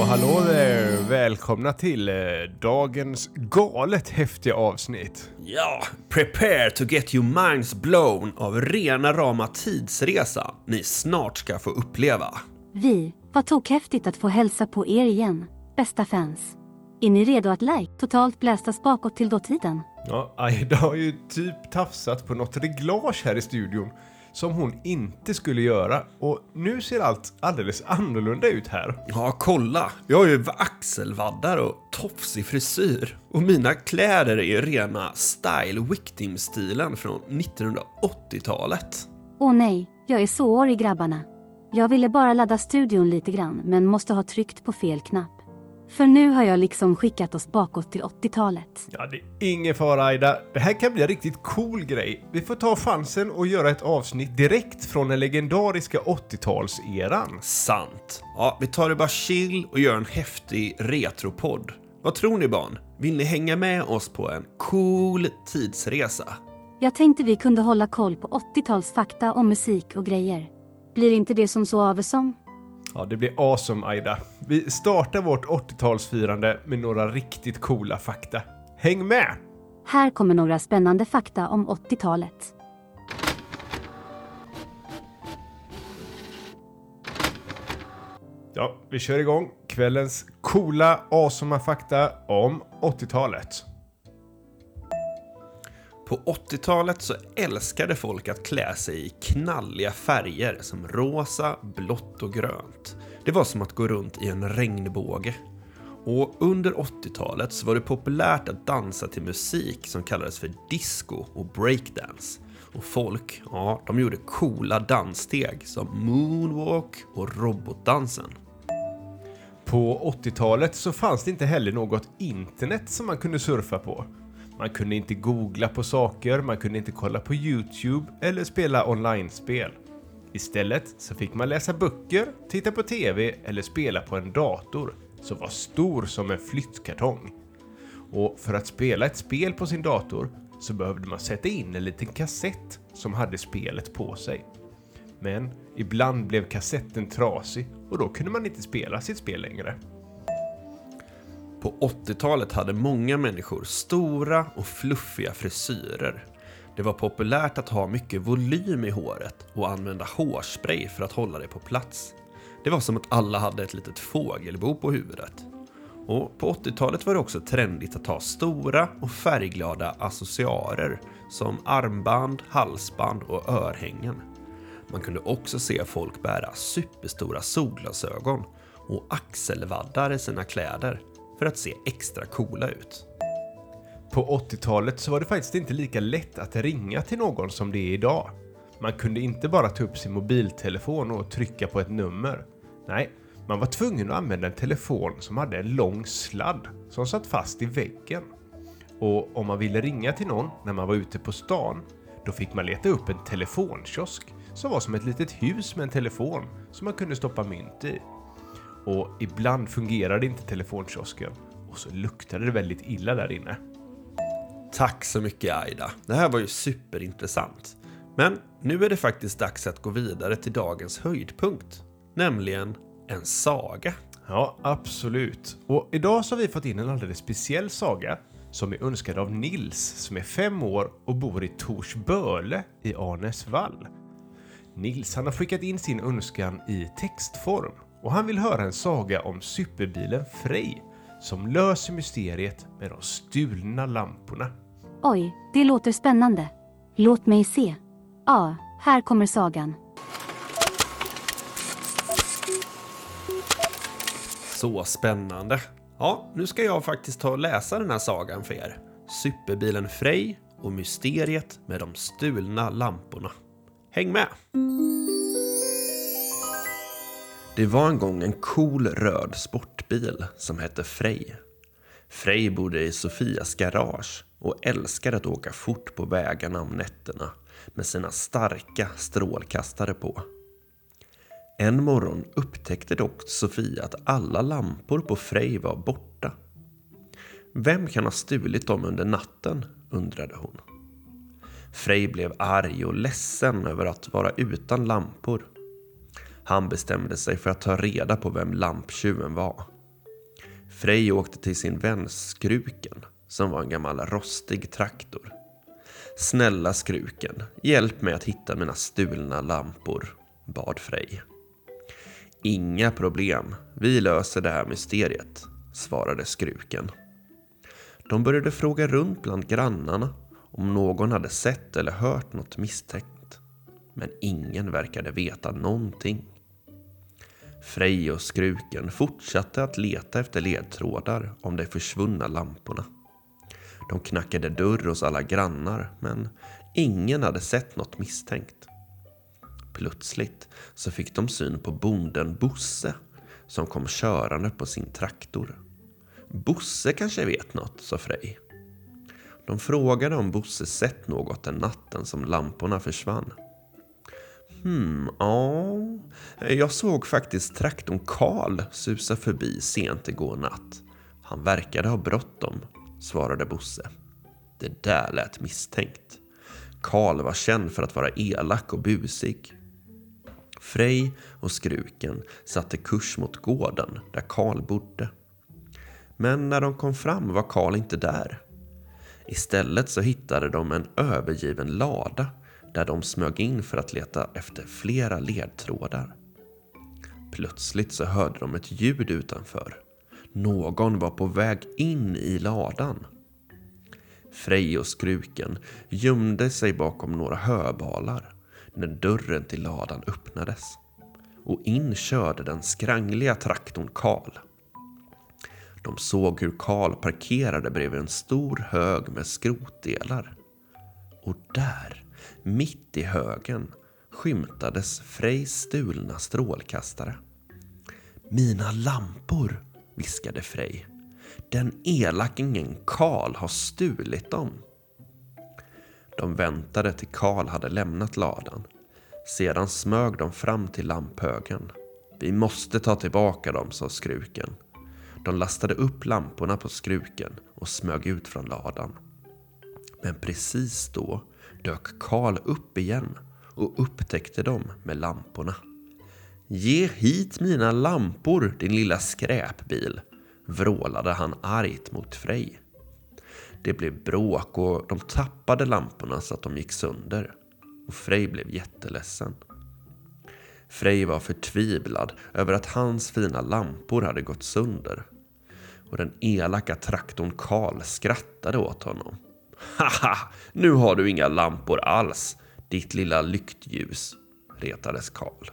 Hallå där! Välkomna till dagens galet häftiga avsnitt. Ja, prepare to get your minds blown av rena rama tidsresa ni snart ska få uppleva. Vad tokhäftigt att få hälsa på er igen, bästa fans. Är ni redo att totalt blästas bakåt till dåtiden? Ja, Aida har ju typ tafsat på något reglage här i studion som hon inte skulle göra. Och nu ser allt alldeles annorlunda ut här. Ja, kolla. Jag har ju axelvaddar och tofsig frisyr. Och mina kläder är rena style victim-stilen från 1980-talet. Åh nej, jag är så årig grabbarna. Jag ville bara ladda studion lite grann men måste ha tryckt på fel knapp. För nu har jag liksom skickat oss bakåt till 80-talet. Ja, det är ingen fara Aida. Det här kan bli en riktigt cool grej. Vi får ta chansen och göra ett avsnitt direkt från den legendariska 80-talseran. Sant. Ja, vi tar det bara chill och gör en häftig retropodd. Vad tror ni barn? Vill ni hänga med oss på en cool tidsresa? Jag tänkte vi kunde hålla koll på 80-talsfakta om musik och grejer. Blir inte det som så avsom? Ja, det blir awesome Aida. Vi startar vårt 80-talsfirande med några riktigt coola fakta. Häng med! Här kommer några spännande fakta om 80-talet. Ja, vi kör igång kvällens coola, awesome fakta om 80-talet. På 80-talet så älskade folk att klä sig i knalliga färger som rosa, blått och grönt. Det var som att gå runt i en regnbåge. Och under 80-talet så var det populärt att dansa till musik som kallades för disco och breakdance. Och folk, ja, de gjorde coola danssteg som moonwalk och robotdansen. På 80-talet så fanns det inte heller något internet som man kunde surfa på. Man kunde inte googla på saker, man kunde inte kolla på YouTube eller spela online-spel. Istället så fick man läsa böcker, titta på tv eller spela på en dator som var stor som en flyttkartong. Och för att spela ett spel på sin dator så behövde man sätta in en liten kassett som hade spelet på sig. Men ibland blev kassetten trasig och då kunde man inte spela sitt spel längre. På 80-talet hade många människor stora och fluffiga frisyrer. Det var populärt att ha mycket volym i håret och använda hårspray för att hålla det på plats. Det var som att alla hade ett litet fågelbo på huvudet. Och på 80-talet var det också trendigt att ha stora och färgglada accessoarer som armband, halsband och örhängen. Man kunde också se folk bära superstora solglasögon och axelvaddar i sina kläder för att se extra coola ut. På 80-talet så var det faktiskt inte lika lätt att ringa till någon som det är idag. Man kunde inte bara ta upp sin mobiltelefon och trycka på ett nummer. Nej, man var tvungen att använda en telefon som hade en lång sladd som satt fast i väggen. Och om man ville ringa till någon när man var ute på stan, då fick man leta upp en telefonkiosk som var som ett litet hus med en telefon som man kunde stoppa mynt i. Och ibland fungerade inte telefonkiosken och så luktade det väldigt illa där inne. Tack så mycket Aida. Det här var ju superintressant. Men nu är det faktiskt dags att gå vidare till dagens höjdpunkt. Nämligen en saga. Ja, absolut. Och idag så har vi fått in en alldeles speciell saga som är önskad av Nils som är 5 år och bor i Torsböle i Arnäsvall. Nils han har skickat in sin önskan i textform och han vill höra en saga om superbilen Frej som löser mysteriet med de stulna lamporna. Oj, det låter spännande. Låt mig se. Ja, här kommer sagan. Så spännande. Ja, nu ska jag faktiskt ta och läsa den här sagan för er. Superbilen Frej och mysteriet med de stulna lamporna. Häng med! Det var en gång en cool röd sportbil som hette Frej. Frej bodde i Sofias garage och älskade att åka fort på vägarna om nätterna med sina starka strålkastare på. En morgon upptäckte dock Sofia att alla lampor på Frej var borta. Vem kan ha stulit dem under natten, undrade hon. Frej blev arg och ledsen över att vara utan lampor. Han bestämde sig för att ta reda på vem lamptjuven var. Frej åkte till sin vän Skruken, som var en gammal rostig traktor. Snälla Skruken, hjälp mig att hitta mina stulna lampor, bad Frej. Inga problem, vi löser det här mysteriet, svarade Skruken. De började fråga runt bland grannarna om någon hade sett eller hört något misstänkt. Men ingen verkade veta någonting. Frej och Skruken fortsatte att leta efter ledtrådar om de försvunna lamporna. De knackade dörr hos alla grannar, men ingen hade sett något misstänkt. Plötsligt så fick de syn på bonden Bosse som kom körande på sin traktor. Bosse kanske vet något, sa Frej. De frågade om Bosse sett något den natten som lamporna försvann. Jag såg faktiskt traktorn Karl susa förbi sent igår natt. Han verkade ha bråttom, svarade Bosse. Det där lät misstänkt. Karl var känd för att vara elak och busig. Frej och Skruken satte kurs mot gården där Karl bodde. Men när de kom fram var Karl inte där. Istället så hittade de en övergiven lada där de smög in för att leta efter flera ledtrådar. Plötsligt så hörde de ett ljud utanför. Någon var på väg in i ladan. Frej och Skruken gömde sig bakom några höbalar när dörren till ladan öppnades. Och in körde den skrangliga traktorn Karl. De såg hur Karl parkerade bredvid en stor hög med skrotdelar. Och där, mitt i högen, skymtades Frejs stulna strålkastare. Mina lampor, viskade Frej. Den elakingen Karl har stulit dem. De väntade till Karl hade lämnat ladan. Sedan smög de fram till lamphögen. Vi måste ta tillbaka dem, sa Skruken. De lastade upp lamporna på Skruken och smög ut från ladan. Men precis då dök Karl upp igen och upptäckte dem med lamporna. Ge hit mina lampor, din lilla skräpbil, vrålade han argt mot Frej. Det blev bråk och de tappade lamporna så att de gick sönder. Och Frej blev jätteledsen. Frej var förtvivlad över att hans fina lampor hade gått sönder. Och den elaka traktorn Karl skrattade åt honom. Haha, nu har du inga lampor alls, ditt lilla lyktljus, retades Karl.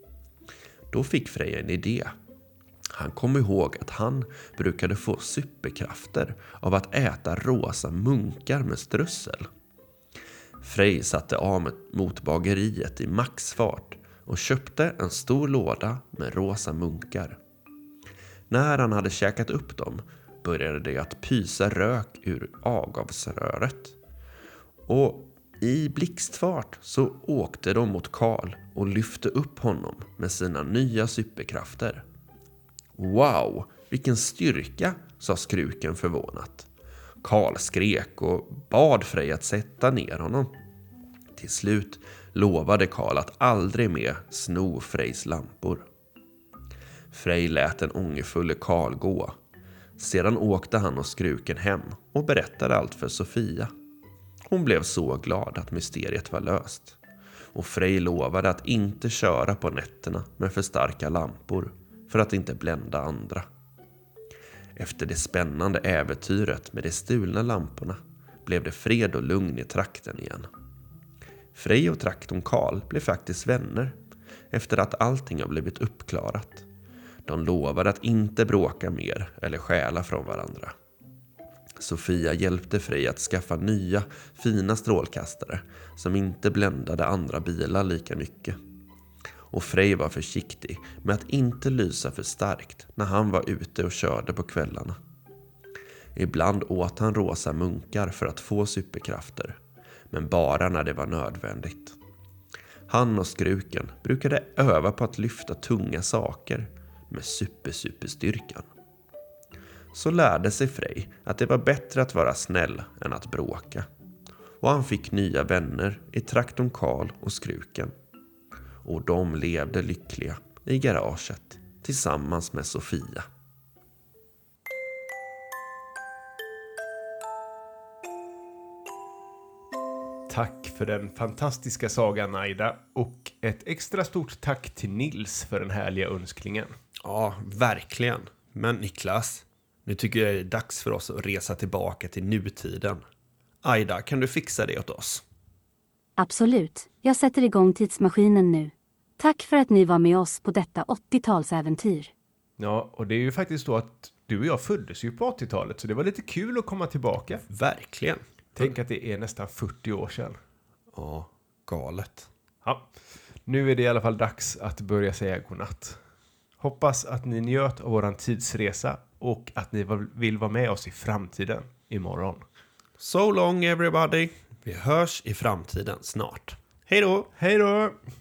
Då fick Frej en idé. Han kom ihåg att han brukade få superkrafter av att äta rosa munkar med strössel. Frej satte av mot bageriet i maxfart och köpte en stor låda med rosa munkar. När han hade käkat upp dem började det att pysa rök ur avgasröret. Och i blixtfart så åkte de mot Karl och lyfte upp honom med sina nya superkrafter. Wow, vilken styrka, sa Skruken förvånat. Karl skrek och bad Frej att sätta ner honom. Till slut lovade Karl att aldrig mer sno Frejs lampor. Frej lät den ångerfulle Karl gå. Sedan åkte han och Skruken hem och berättade allt för Sofia. Hon blev så glad att mysteriet var löst. Och Frej lovade att inte köra på nätterna med för starka lampor för att inte blända andra. Efter det spännande äventyret med de stulna lamporna blev det fred och lugn i trakten igen. Frej och traktorn Karl blev faktiskt vänner efter att allting har blivit uppklarat. De lovade att inte bråka mer eller stjäla från varandra. Sofia hjälpte Frej att skaffa nya, fina strålkastare som inte bländade andra bilar lika mycket. Och Frej var försiktig med att inte lysa för starkt när han var ute och körde på kvällarna. Ibland åt han rosa munkar för att få superkrafter, men bara när det var nödvändigt. Han och Skruken brukade öva på att lyfta tunga saker med superstyrkan. Så lärde sig Frej att det var bättre att vara snäll än att bråka. Och han fick nya vänner i traktorn Karl och Skruken. Och de levde lyckliga i garaget tillsammans med Sofia. Tack för den fantastiska sagan, Aida. Och ett extra stort tack till Nils för den härliga önskningen. Ja, verkligen. Men Niklas, nu tycker jag det är dags för oss att resa tillbaka till nutiden. Aida, kan du fixa det åt oss? Absolut, jag sätter igång tidsmaskinen nu. Tack för att ni var med oss på detta 80-talsäventyr. Ja, och det är ju faktiskt så att du och jag föddes ju på 80-talet, så det var lite kul att komma tillbaka. Verkligen. Tänk att det är nästan 40 år sedan. Ja, galet. Ja, nu är det i alla fall dags att börja säga godnatt. Hoppas att ni njöt av våran tidsresa och att ni vill vara med oss i framtiden imorgon. So long everybody. Vi hörs i framtiden snart. Hej då! Hej då!